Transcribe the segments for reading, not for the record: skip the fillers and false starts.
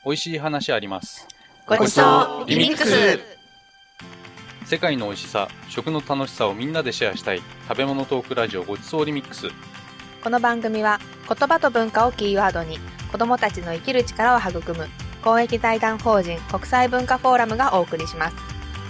美味しい話あります。 ごちそうリミックス。 世界の美味しさ、食の楽しさをみんなでシェアしたい食べ物トークラジオごちそうリミックス。 この番組は言葉と文化をキーワードに子どもたちの生きる力を育む公益財団法人国際文化フォーラムがお送りします。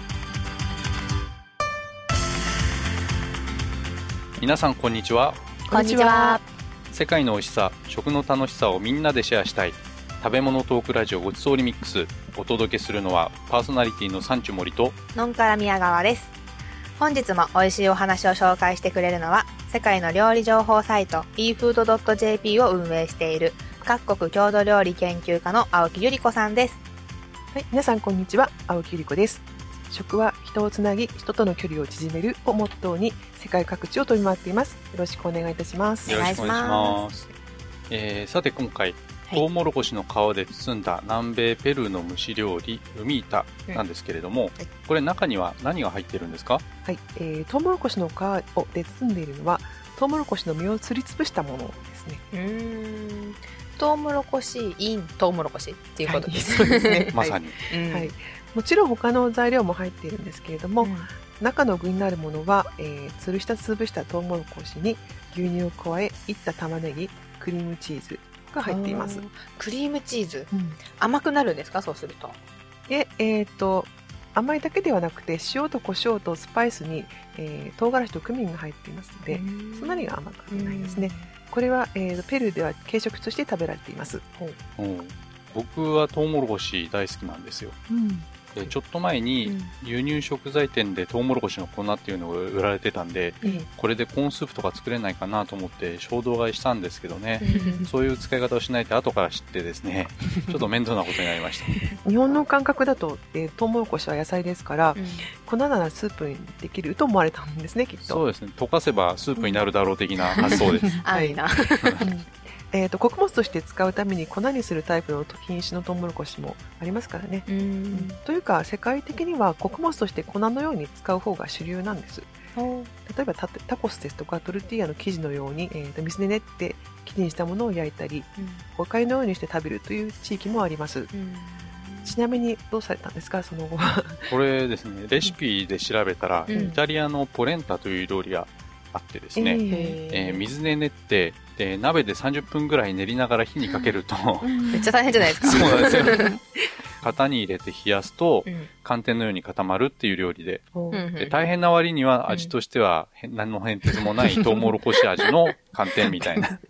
皆さんこんにちは。 こんにちは。 世界の美味しさ、食の楽しさをみんなでシェアしたい食べ物トークラジオごちそうリミックス。お届けするのはパーソナリティのサンチュモリとのんから宮川です。本日も美味しいお話を紹介してくれるのは世界の料理情報サイト efood.jp を運営している各国郷土料理研究家の青木由里子さんです。 はい、皆さんこんにちは、青木由里子です。食は人をつなぎ、人との距離を縮めるをモットーに世界各地を飛び回っています。よろしくお願いいたします。 よろしくお願いします。さて今回、トウモロコシの皮で包んだ南米ペルーの蒸し料理ウミータなんですけれども、これ中には何が入ってるんですか？ はい、トウモロコシの皮で包んでいるのはトウモロコシの実をすりつぶしたものですね。 トウモロコシイントウモロコシっていうことです、 はい、そうですねまさに、 はい、もちろん他の材料も入っているんですけれども、中の具になるものは、潰したトウモロコシに牛乳を加え、いった玉ねぎ、クリームチーズが入っています。 クリームチーズ、甘くなるんですか？そうすると。 で、甘いだけではなくて塩と胡椒とスパイスに、唐辛子とクミンが入っていますので、そんなには甘くないですね。これは、ペルーでは軽食として食べられています。 僕はトウモロコシ大好きなんですよ。ちょっと前に輸入食材店でトウモロコシの粉っていうのが売られてたんで、これでコーンスープとか作れないかなと思って衝動買いしたんですけどね、そういう使い方をしないと後から知ってですねちょっと面倒なことになりました日本の感覚だと、トウモロコシは野菜ですから、粉ならスープにできると思われたんですね、きっと。 そうですね、溶かせばスープになるだろう的な発想ですあいな穀物として使うために粉にするタイプの品種のトウモロコシもありますからね。というか世界的には穀物として粉のように使う方が主流なんです。例えばタコスですとかトルティーヤの生地のように、水で練って生地にしたものを焼いたり、お粥のようにして食べるという地域もあります。ちなみにどうされたんですか、その後は。 これですね、レシピで調べたら、イタリアのポレンタという料理があってですね、水で練ってで鍋で30分ぐらい練りながら火にかけると、 めっちゃ大変じゃないですか。 そうなんですよ型に入れて冷やすと、寒天のように固まるっていう料理で、で大変な割には味としては、何の変哲もないトウモロコシ味の寒天みたいな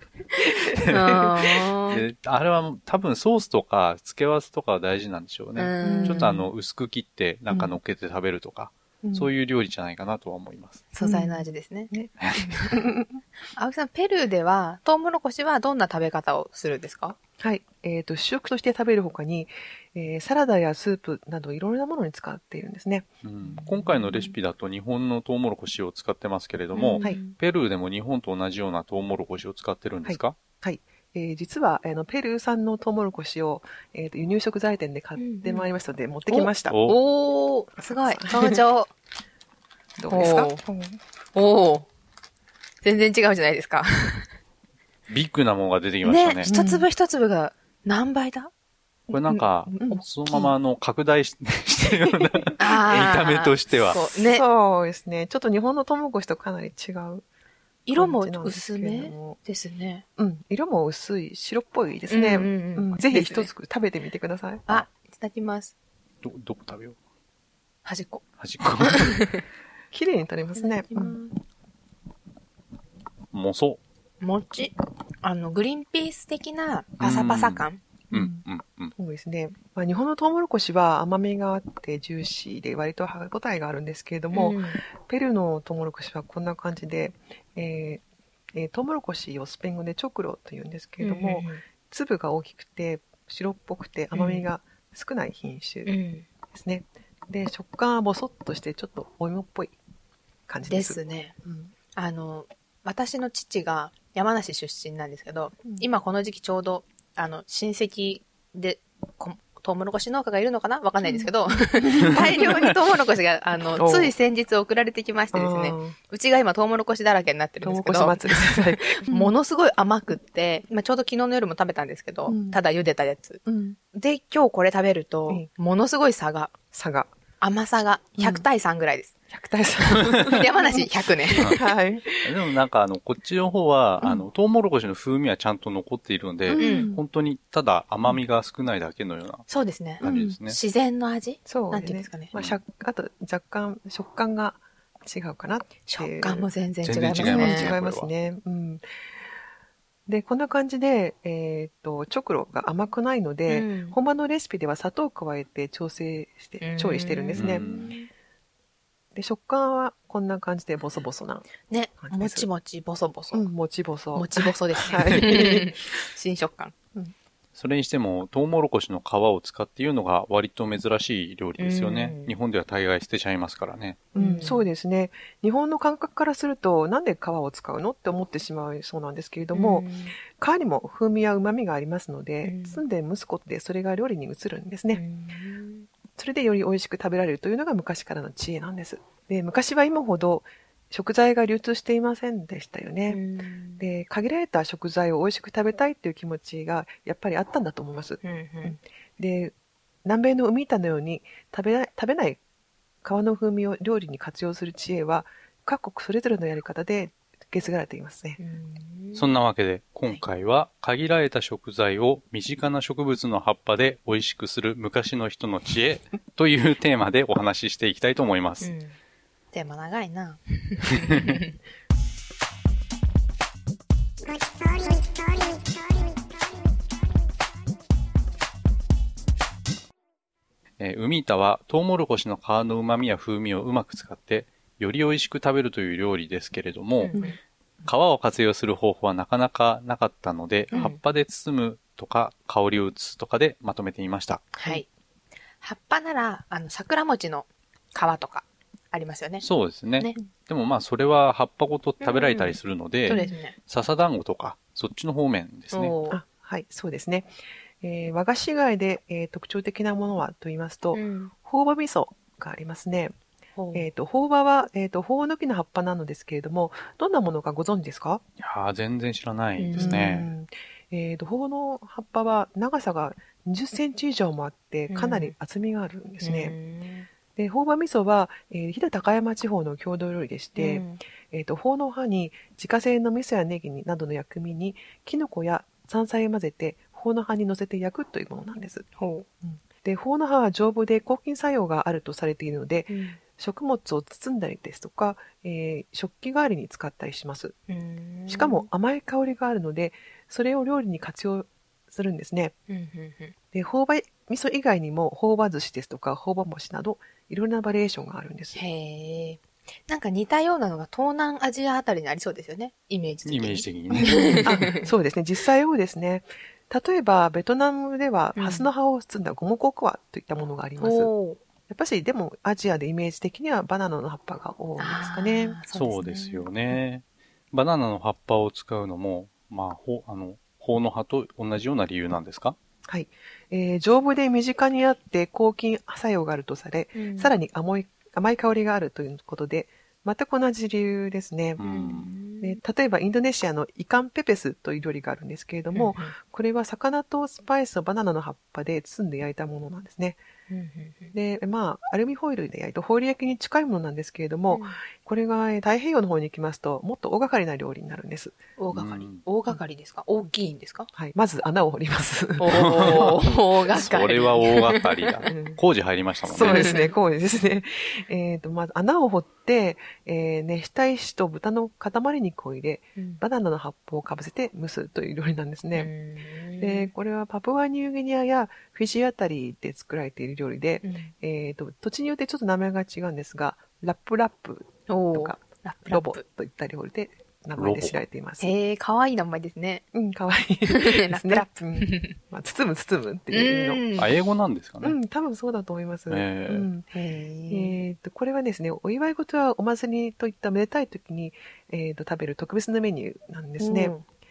であれは多分ソースとか付け合わせとかは大事なんでしょうね。ちょっと薄く切ってなんか乗っけて食べるとか、そういう料理じゃないかなとは思います。 素材の味ですね。青木さん、ペルーではトウモロコシはどんな食べ方をするんですか？ はい、主食として食べるほかに、サラダやスープなどいろいろなものに使っているんですね。 今回のレシピだと日本のトウモロコシを使ってますけれども、ペルーでも日本と同じようなトウモロコシを使ってるんですか？ はい、実はペルー産のトウモロコシを、輸入食材店で買ってまいりましたので、持ってきました。 おー、すごい登場どうですか？ おー、全然違うじゃないですか。 ビッグなものが出てきましたね。 一粒一粒が何倍だ？ これなんか、そのまま拡大してるような見た目としては。 そうですね。ちょっと日本のトウモロコシとかなり違う。 色も薄めですね。 色も薄い、白っぽいですね。ぜひ一つ食べてみてください。 いただきます。 どこ食べよう？ 端っこ。 綺麗に取れますね。 もそ。 もち。グリーンピース的なパサパサ感。 そうですね。日本のトウモロコシは甘みがあってジューシーで割と歯ごたえがあるんですけれども、ペルーのトウモロコシはこんな感じで、トウモロコシをスペイン語でチョクロというんですけれども、粒が大きくて白っぽくて甘みが少ない品種ですね。で、食感はボソッとしてちょっとお芋っぽい感じです。 ですね。私の父が山梨出身なんですけど、今この時期ちょうど親戚でトウモロコシ農家がいるのかなわかんないですけど、大量にトウモロコシが、つい先日送られてきましてですね、うちが今トウモロコシだらけになってるんですけど、 トウモロコシ祭りです。 ものすごい甘くって、ちょうど昨日の夜も食べたんですけど、ただ茹でたやつ。で、今日これ食べると、ものすごい差が。甘さが100対3ぐらいです。 100対3。 山梨100ね。 はい。 でもなんかこっちの方は、トウモロコシの風味はちゃんと残っているので、本当にただ甘みが少ないだけのようなそうですね。 感じですね。 自然の味そう。 なんていうんですかね。 あと若干食感が違うかなっていう。 食感も全然違いますね。 違いますね。で、こんな感じで、直路が甘くないので、本場のレシピでは砂糖を加えて調理してるんですね。で、食感はこんな感じでボソボソな。 ね。もちもち、ボソボソ。 もちボソ。 もちボソですね。はい。新食感。 それにしても、トウモロコシの皮を使っているのが割と珍しい料理ですよね。日本では大概捨てちゃいますからね。 そうですね。日本の感覚からすると、なんで皮を使うのって思ってしまうそうなんですけれども、皮にも風味や旨味がありますので、包んで蒸すことでそれが料理に移るんですね。それでより美味しく食べられるというのが昔からの知恵なんです。で、昔は今ほど食材が流通していませんでしたよね。で、限られた食材を美味しく食べたいっていう気持ちがやっぱりあったんだと思います。で、南米の海板のように食べない皮の風味を料理に活用する知恵は各国それぞれのやり方で受け継がれていますね。 そんなわけで今回は限られた食材を身近な植物の葉っぱで美味しくする昔の人の知恵というテーマでお話ししていきたいと思います。 テーマ長いな。 海板はトウモロコシの皮の旨味や風味をうまく使ってより美味しく食べるという料理ですけれども、皮を活用する方法はなかなかなかったので、葉っぱで包むとか香りを移すとかでまとめてみました。 はい。葉っぱなら桜餅の皮とかありますよね。 そうですね。でもそれは葉っぱごと食べられたりするので、 そうですね。 笹団子とかそっちの方面ですね。 はい、そうですね。和菓子街で、特徴的なものはと言いますと、朴葉味噌がありますね。朴葉は、朴の木の葉っぱなのですけれども、どんなものかご存知ですか？ いや全然知らないですね。 朴の葉っぱは長さが20センチ以上もあって、かなり厚みがあるんですね。で、朴葉味噌は、飛騨高山地方の郷土料理でして、朴の葉に自家製の味噌やネギなどの薬味に、キノコや山菜を混ぜて、朴の葉に乗せて焼くというものなんです。で、朴の葉は丈夫で抗菌作用があるとされているので、食物を包んだりですとか、食器代わりに使ったりします。しかも甘い香りがあるので、それを料理に活用するんですね。で、朴葉味噌以外にも、朴葉寿司ですとか、朴葉餅など、いろんなバリエーションがあるんです。 へー。なんか似たようなのが東南アジアあたりにありそうですよね。イメージ的に。 イメージ的にね。 そうですね。実際そうですね。例えば、ベトナムでは、ハスの葉を包んだ五目ココアといったものがあります。やっぱし、でも、アジアでイメージ的にはバナナの葉っぱが多いですかね。 そうですよね。バナナの葉っぱを使うのも、朴の葉と同じような理由なんですか？ はい。丈夫で身近にあって抗菌作用があるとされ、さらに甘い香りがあるということで、全く同じ理由ですね。で例えばインドネシアのイカンペペスという料理があるんですけれども、これは魚とスパイスをバナナの葉っぱで包んで焼いたものなんですね。で、アルミホイルで焼いたホイル焼きに近いものなんですけれども、これが太平洋の方に行きますと、もっと大掛かりな料理になるんです。 大掛かりですか？大きいんですか？ はい。まず穴を掘ります。 大掛かり。 それは大掛かりだ。工事入りましたもんね。 そうですね、工事ですね。まず穴を掘って、熱した石と豚の塊肉を入れ、バナナの葉っぱをかぶせて蒸すという料理なんですね。で、これはパプアニューギニアやフィジーあたりで作られている料理で、土地によってちょっと名前が違うんですが、ラップとか、ロボといった料理で名前で知られています。 かわいい名前ですね。 かわいいですね。包むっていう意味の。 英語なんですかね。 多分そうだと思います。これはですね、お祝い事はお祭りといっためでたい時に、食べる特別なメニューなんですね。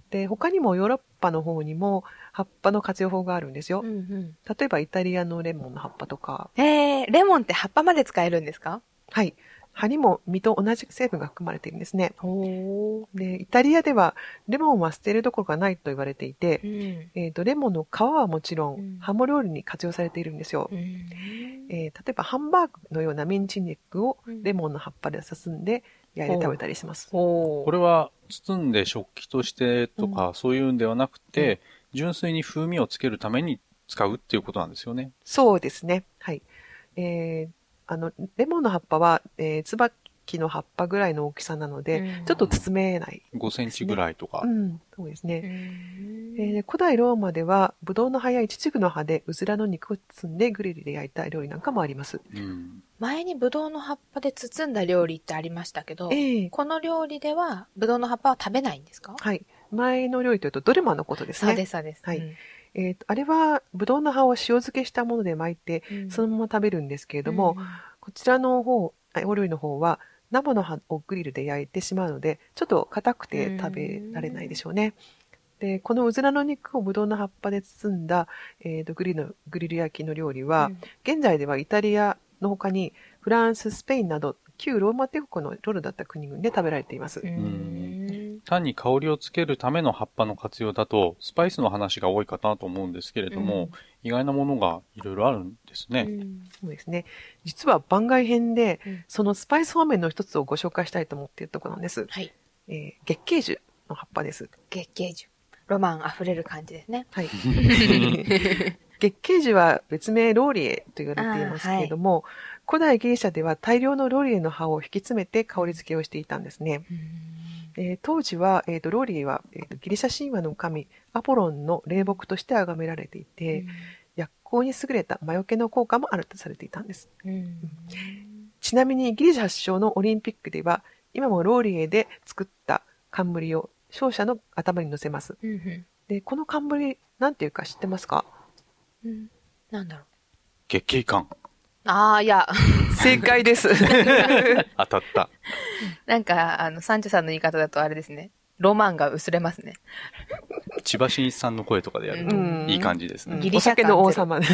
で、他にもヨーロッパの方にも葉っぱの活用法があるんですよ。例えばイタリアのレモンの葉っぱとか。 レモンって葉っぱまで使えるんですか？ はい。葉にも実と同じ成分が含まれているんですね。で、イタリアではレモンは捨てるどころがないと言われていて、レモンの皮はもちろん、葉も料理に活用されているんですよ。例えばハンバーグのようなミンチ肉をレモンの葉っぱで包んで焼いて食べたりします。 これは包んで食器としてとか、そういうんではなくて、純粋に風味をつけるために使うっていうことなんですよね。 そうですね。はい。レモンの葉っぱは、椿の葉っぱぐらいの大きさなので、ちょっと包めない、ね。 5センチぐらいとか。 そうですね。古代ローマでは、ブドウの葉やイチジクの葉でうずらの肉を包んでグリルで焼いた料理なんかもあります。 前にブドウの葉っぱで包んだ料理ってありましたけど、この料理ではブドウの葉っぱは食べないんですか？ はい。前の料理というとドレマのことですね。 そうです、そうです。 はい。あれは、ブドウの葉を塩漬けしたもので巻いて、そのまま食べるんですけれども、こちらの方、お料理の方は、生の葉をグリルで焼いてしまうので、ちょっと硬くて食べられないでしょうね。で、このうずらの肉をブドウの葉っぱで包んだ、グリル焼きの料理は、現在ではイタリアの他に、フランス、スペインなど、旧ローマ帝国のロールだった国々で食べられています。 単に香りをつけるための葉っぱの活用だと、スパイスの話が多いかなと思うんですけれども、意外なものがいろいろあるんですね。 そうですね。実は番外編で、そのスパイス方面の一つをご紹介したいと思っているところなんです。 はい。 月桂樹の葉っぱです。 月桂樹。ロマンあふれる感じですね。 はい。月桂樹は別名ローリエと言われていますけれども、古代ギリシャでは大量のローリエの葉を引き詰めて香り付けをしていたんですね。当時は、ローリエは、ギリシャ神話の神アポロンの霊木として崇められていて、薬効に優れた魔除けの効果もあるとされていたんです。ちなみにギリシャ発祥のオリンピックでは今もローリエで作った冠を勝者の頭に乗せます。で、この冠なんていうか知ってますか？ なんだろう。 月桂冠。 いや。 正解です。 当たった。 なんか、サンチョさんの言い方だとあれですね。ロマンが薄れますね。 千葉真一さんの声とかでやるといい感じですね。 ギリシャお酒の王様。現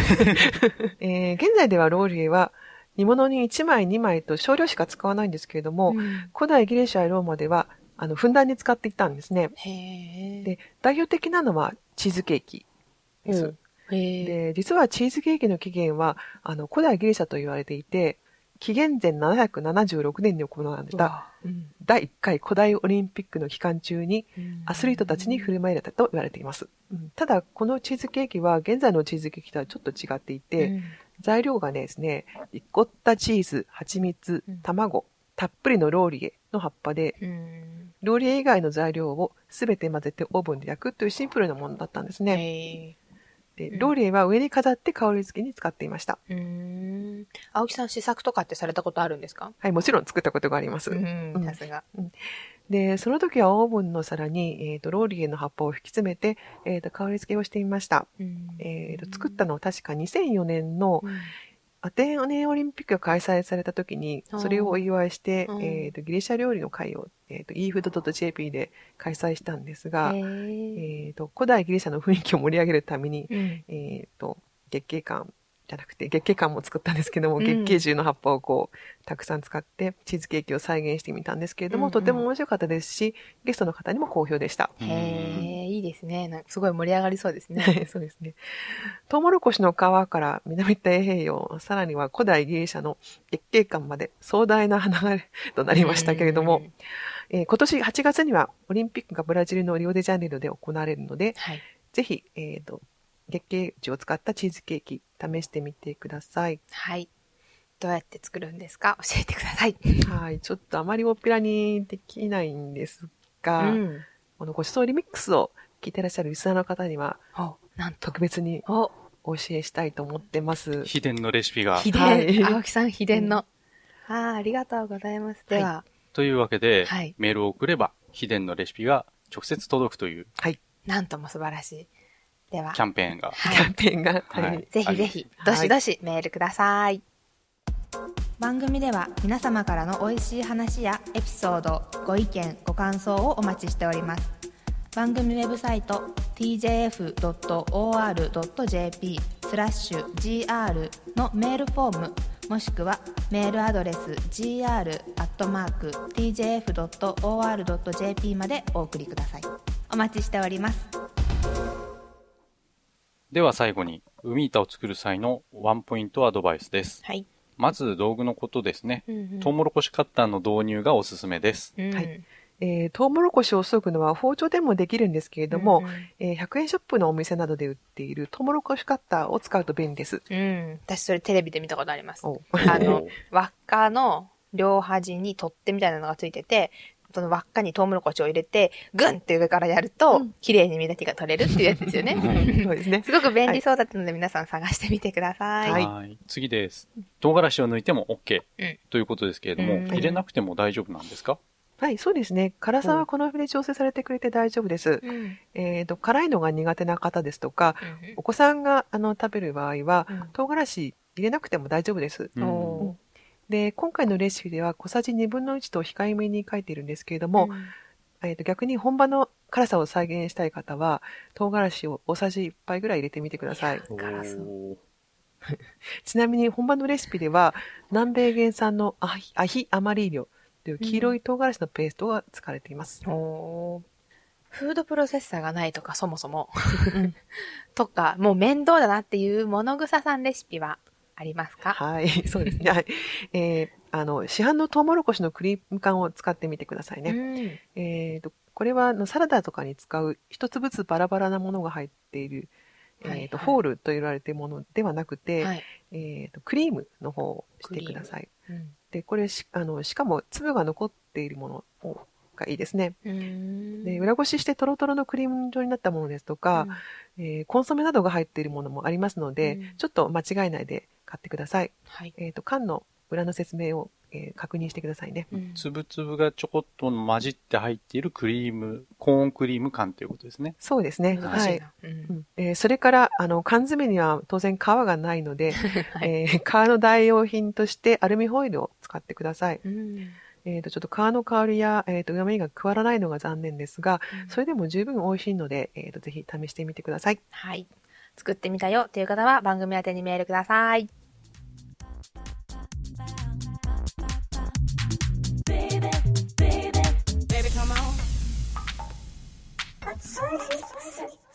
在ではローリエは煮物に1枚2枚と少量しか使わないんですけれども、古代ギリシャやローマではふんだんに使っていたんですね。で、代表的なのはチーズケーキです。で、実はチーズケーキの起源は、古代ギリシャと言われていて、紀元前776年に行われた、第1回古代オリンピックの期間中に、アスリートたちに振る舞いられたと言われています。ただ、このチーズケーキは、現在のチーズケーキとはちょっと違っていて、材料がですね、リコッタチーズ、蜂蜜、卵、たっぷりのローリエの葉っぱで、ローリエ以外の材料をすべて混ぜてオーブンで焼くというシンプルなものだったんですね。でローリエは上に飾って香り付けに使っていました。 青木さん試作とかってされたことあるんですか？ はい、もちろん作ったことがあります。 さすが。 で、その時はオーブンの皿に、ローリエの葉っぱを引き詰めて、香り付けをしてみました。作ったのは確か2004年のアテネオリンピックが開催された時に、それをお祝いして、ギリシャ料理の会を、efood.jp で開催したんですが、古代ギリシャの雰囲気を盛り上げるために、月桂冠じゃなくて、月桂冠も作ったんですけども、月桂樹の葉っぱをこう、たくさん使って、チーズケーキを再現してみたんですけれども、とても面白かったですし、ゲストの方にも好評でした。 いいですね。なんかすごい盛り上がりそうですね。 そうですね。トウモロコシの皮から南太平洋、さらには古代ギリシャの月桂冠まで壮大な花がとなりましたけれども、今年8月にはオリンピックがブラジルのリオデジャネイロで行われるので、ぜひ、月桂樹を使ったチーズケーキ試してみてください。 はい。どうやって作るんですか？教えてください。 はい。ちょっとあまりおっぴらにできないんですが、このごちそうリミックスを聞いてらっしゃるリスナーの方には、なんと特別にお教えしたいと思ってます。 秘伝のレシピが。 秘伝、青木さん秘伝の。ありがとうございます。では。 というわけで、メールを送れば、秘伝のレシピが直接届くという。 はい。 なんとも素晴らしい。では。 キャンペーンが。 キャンペーンが。 ぜひぜひ、どしどしメールください。番組では皆様からの美味しい話やエピソード、ご意見、ご感想をお待ちしております。 番組ウェブサイト tjf.or.jp/gr のメールフォームもしくはメールアドレス gr@tjf.or.jp までお送りください。お待ちしております。 では最後に海板を作る際のワンポイントアドバイスです。 はい。 まず道具のことですね。トウモロコシカッターの導入がおすすめです。 はい。トウモロコシを削ぐのは包丁でもできるんですけれども、100円ショップのお店などで売っているトウモロコシカッターを使うと便利です。 私それテレビで見たことあります。輪っかの両端に取っ手みたいなのがついてて、その輪っかにトウモロコシを入れて、グンって上からやると、綺麗に実だけが取れるっていうやつですよね。 そうですね。 すごく便利そうだったので、皆さん探してみてください。 はい。次です。唐辛子を抜いても OK、ということですけれども、入れなくても大丈夫なんですか？ はい、そうですね。辛さはこの筆で調整されてくれて大丈夫です。辛いのが苦手な方ですとか、お子さんが食べる場合は、唐辛子入れなくても大丈夫です。で、今回のレシピでは小さじ1/2と控えめに書いているんですけれども、逆に本場の辛さを再現したい方は、唐辛子を大さじ1杯ぐらい入れてみてください。ちなみに本場のレシピでは、南米原産のアヒアマリーリョという黄色い唐辛子のペーストが使われています。 フードプロセッサーがないとかそもそもとか、もう面倒だなっていう物草さんレシピはありますか？ はい、そうですね。はい。市販のトウモロコシのクリーム缶を使ってみてくださいね。これはサラダとかに使う一つずつバラバラなものが入っている、ホールと言われているものではなくて、クリームの方をしてください。で、これしかも粒が残っているものがいいですね。で、裏ごししてトロトロのクリーム状になったものですとか、コンソメなどが入っているものもありますので、ちょっと間違えないで買ってください。缶の裏の説明を、確認してくださいね。 粒々がちょこっと混じって入っているコーンクリーム缶ということですね。 そうですね。はい。それから、缶詰には当然皮がないので、皮の代用品としてアルミホイルを使ってください。ちょっと皮の香りや、旨味が加わらないのが残念ですが、それでも十分美味しいので、ぜひ試してみてください。 はい。作ってみたよという方は番組宛てにメールください。Baby, come on.